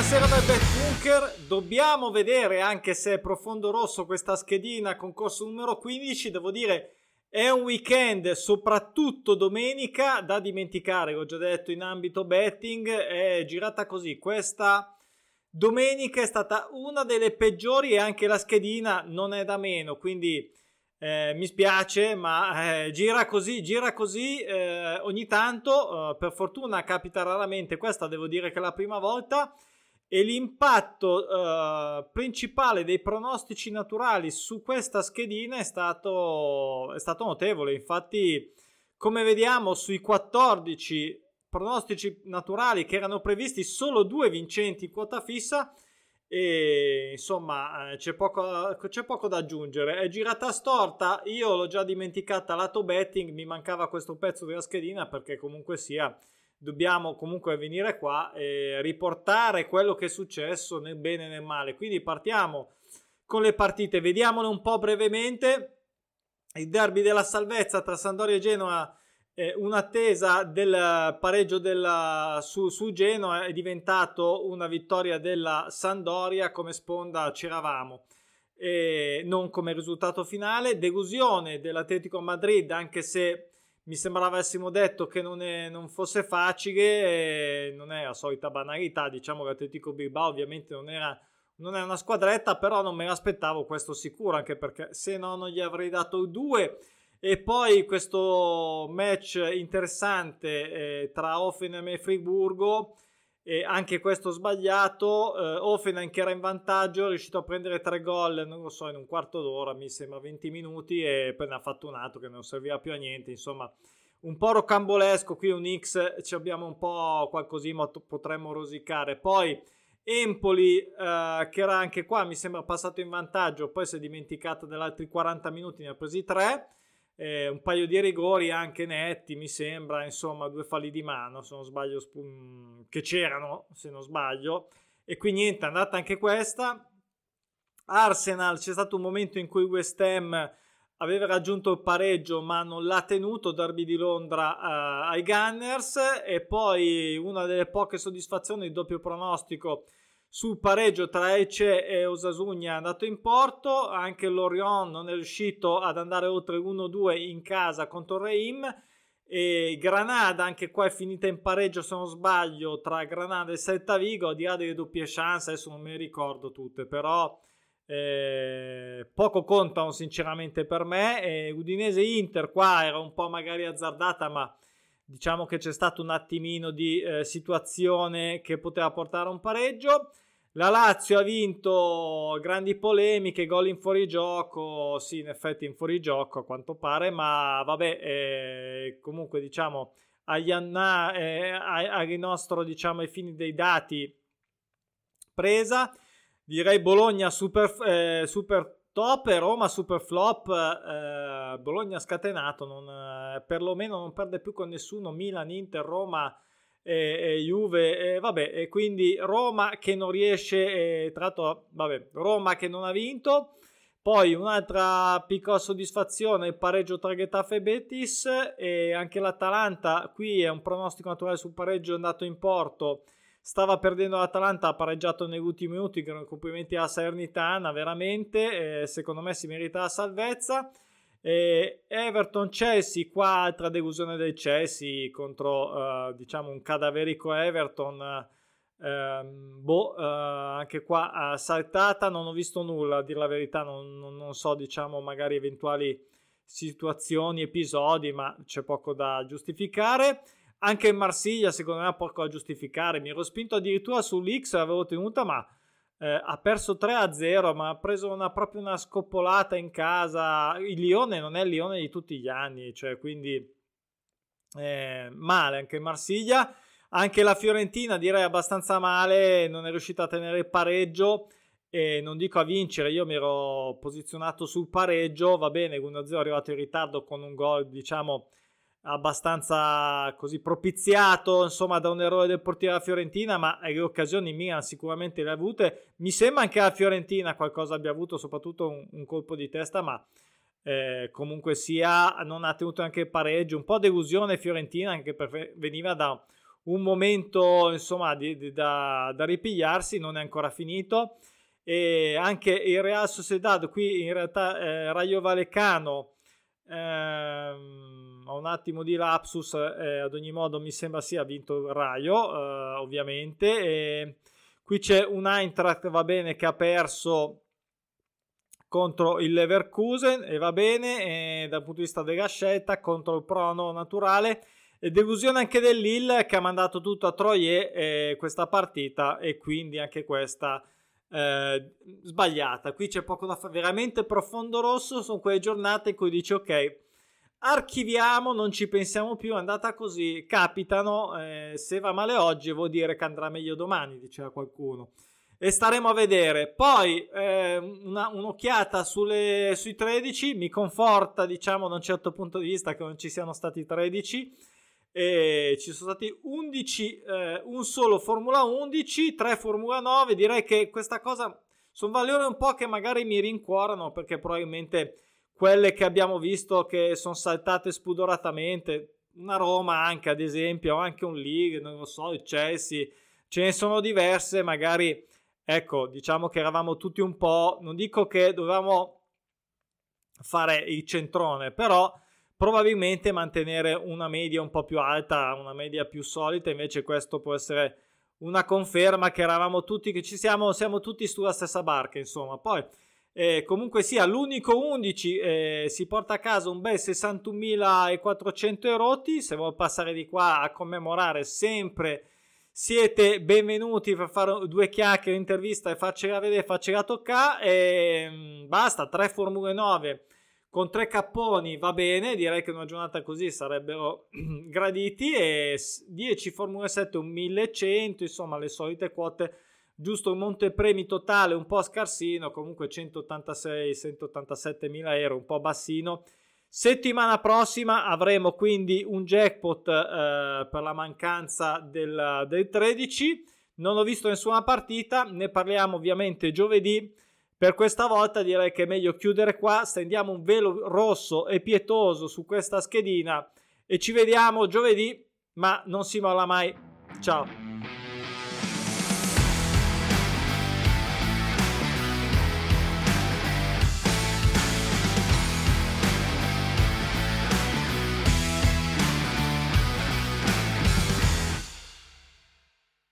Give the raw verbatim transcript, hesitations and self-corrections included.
Buonasera dal Betbunker, dobbiamo vedere, anche se è profondo rosso questa schedina, concorso numero quindici, devo dire è un weekend, soprattutto domenica, da dimenticare, l'ho già detto in ambito betting, è girata così, questa domenica è stata una delle peggiori e anche la schedina non è da meno, quindi eh, mi spiace, ma eh, gira così, gira così eh, ogni tanto, eh, per fortuna capita raramente, questa devo dire che è la prima volta. E l'impatto uh, principale dei pronostici naturali su questa schedina è stato, è stato notevole. Infatti, come vediamo, sui quattordici pronostici naturali che erano previsti, solo due vincenti in quota fissa. E insomma, c'è poco, c'è poco da aggiungere. È girata storta. Io l'ho già dimenticata lato betting. Mi mancava questo pezzo della schedina perché comunque sia, dobbiamo comunque venire qua e riportare quello che è successo nel bene e nel male. Quindi partiamo con le partite, vediamole un po' brevemente. Il derby della salvezza tra Sampdoria e Genoa, eh, un'attesa del pareggio della, su, su Genoa è diventato una vittoria della Sampdoria. Come sponda c'eravamo, e non come risultato finale. Delusione dell'Atletico Madrid, anche se mi sembrava avessimo detto che non, è, non fosse facile, non è la solita banalità. Diciamo che l'Atletico Bilbao ovviamente non era, non è una squadretta, però non me l'aspettavo questo sicuro, anche perché se no non gli avrei dato due. E poi questo match interessante eh, tra Hoffenheim e Friburgo, e anche questo sbagliato. eh, Hoffenheim, che era in vantaggio, è riuscito a prendere tre gol, non lo so, in un quarto d'ora, mi sembra venti minuti, e poi ne ha fatto un altro che non serviva più a niente. Insomma, un po' rocambolesco. Qui un X ci abbiamo un po' qualcosina, potremmo rosicare. Poi Empoli, eh, che era anche qua, mi sembra passato in vantaggio, poi si è dimenticato degli altri quaranta minuti, ne ha presi tre. Eh, un paio di rigori anche netti, mi sembra, insomma due falli di mano, se non sbaglio, spum- che c'erano, se non sbaglio. E qui niente, è andata anche questa. Arsenal, c'è stato un momento in cui West Ham aveva raggiunto il pareggio ma non l'ha tenuto, derby di Londra uh, ai Gunners. E poi una delle poche soddisfazioni, il doppio pronostico sul pareggio tra Elche e Osasuna è andato in porto. Anche l'Orient non è riuscito ad andare oltre uno due in casa contro Reim. E Granada, anche qua è finita in pareggio, se non sbaglio, tra Granada e Celta Vigo, al di là delle doppie chance, adesso non me le ricordo tutte, però eh, poco contano sinceramente per me. E Udinese Inter qua era un po' magari azzardata, ma diciamo che c'è stato un attimino di eh, situazione che poteva portare a un pareggio. La Lazio ha vinto, grandi polemiche, gol in fuorigioco. Sì, in effetti in fuorigioco a quanto pare, ma vabbè, eh, comunque diciamo agli anna, eh, ai nostro, diciamo, ai fini dei dati presa. Direi Bologna super, eh, super top e Roma super flop. eh, Bologna scatenato, non, eh, perlomeno non perde più con nessuno. Milan, Inter, Roma e, e Juve, e vabbè, e quindi Roma che non riesce, e, tra l'altro vabbè, Roma che non ha vinto. Poi un'altra piccola soddisfazione, il pareggio tra Getafe e Betis. E anche l'Atalanta, qui è un pronostico naturale sul pareggio andato in porto. Stava perdendo l'Atalanta, ha pareggiato negli ultimi minuti. Complimenti alla Salernitana, veramente, eh, secondo me si merita la salvezza. eh, Everton Chelsea, qua altra delusione del Chelsea contro eh, diciamo un cadaverico Everton. eh, boh, eh, anche qua eh, saltata, non ho visto nulla a dire la verità, non, non, non so, diciamo magari eventuali situazioni, episodi, ma c'è poco da giustificare. Anche in Marsiglia secondo me ha poco da giustificare. Mi ero spinto addirittura sull'X, l'avevo tenuta, ma eh, ha perso tre a zero, ma ha preso una, proprio una scoppolata in casa. Il Lione non è il Lione di tutti gli anni, cioè, quindi eh, male anche in Marsiglia. Anche la Fiorentina direi abbastanza male, non è riuscita a tenere il pareggio. E non dico a vincere, io mi ero posizionato sul pareggio, va bene, uno a zero è arrivato in ritardo con un gol, diciamo, abbastanza così propiziato, insomma, da un errore del portiere della Fiorentina, ma le occasioni Milan sicuramente le ha avute. Mi sembra anche la Fiorentina qualcosa abbia avuto, soprattutto un, un colpo di testa, ma eh, comunque sia non ha tenuto anche il pareggio. Un po' delusione Fiorentina, anche perché veniva da un momento insomma di, di, da, da ripigliarsi, non è ancora finito. E anche il Real Sociedad qui in realtà eh, Rayo Vallecano ehm, ho un attimo di lapsus, eh, ad ogni modo mi sembra sia vinto il Rayo eh, ovviamente. E qui c'è un Eintracht, va bene, che ha perso contro il Leverkusen e va bene, e dal punto di vista della scelta contro il Prono naturale. E delusione anche del Lille, che ha mandato tutto a Troyes eh, questa partita, e quindi anche questa eh, sbagliata. Qui c'è poco da fare, veramente profondo rosso. Sono quelle giornate in cui dici ok, archiviamo, non ci pensiamo più, è andata così, capitano, eh, se va male oggi vuol dire che andrà meglio domani, diceva qualcuno, e staremo a vedere. Poi eh, una, un'occhiata sulle, sui tredici mi conforta, diciamo, da un certo punto di vista, che non ci siano stati tredici, e ci sono stati undici, eh, un solo Formula undici, tre Formula nove. Direi che questa cosa sono valori un po' che magari mi rincuorano, perché probabilmente quelle che abbiamo visto che sono saltate spudoratamente, una Roma anche ad esempio, o anche un League, non lo so, il Chelsea, ce ne sono diverse, magari ecco, diciamo che eravamo tutti un po', non dico che dovevamo fare il centrone, però probabilmente mantenere una media un po' più alta, una media più solida. Invece questo può essere una conferma che eravamo tutti, che ci siamo, siamo tutti sulla stessa barca, insomma. Poi eh, comunque sia, l'unico undici eh, si porta a casa un bel sessantunomilaquattrocento erotti. Se vuoi passare di qua a commemorare, sempre siete benvenuti per fare due chiacchiere, intervista e farcela vedere, farcela toccare. E basta, tre Formule nove con tre capponi va bene, direi che una giornata così sarebbero graditi, e dieci Formula sette, un millecento, insomma le solite quote, giusto un montepremi totale un po' scarsino, comunque centottantasei centottantasette mila euro, un po' bassino. Settimana prossima avremo quindi un jackpot eh, per la mancanza del, del tredici. Non ho visto nessuna partita, ne parliamo ovviamente giovedì. Per questa volta direi che è meglio chiudere qua, stendiamo un velo rosso e pietoso su questa schedina e ci vediamo giovedì, ma non si molla mai. Ciao!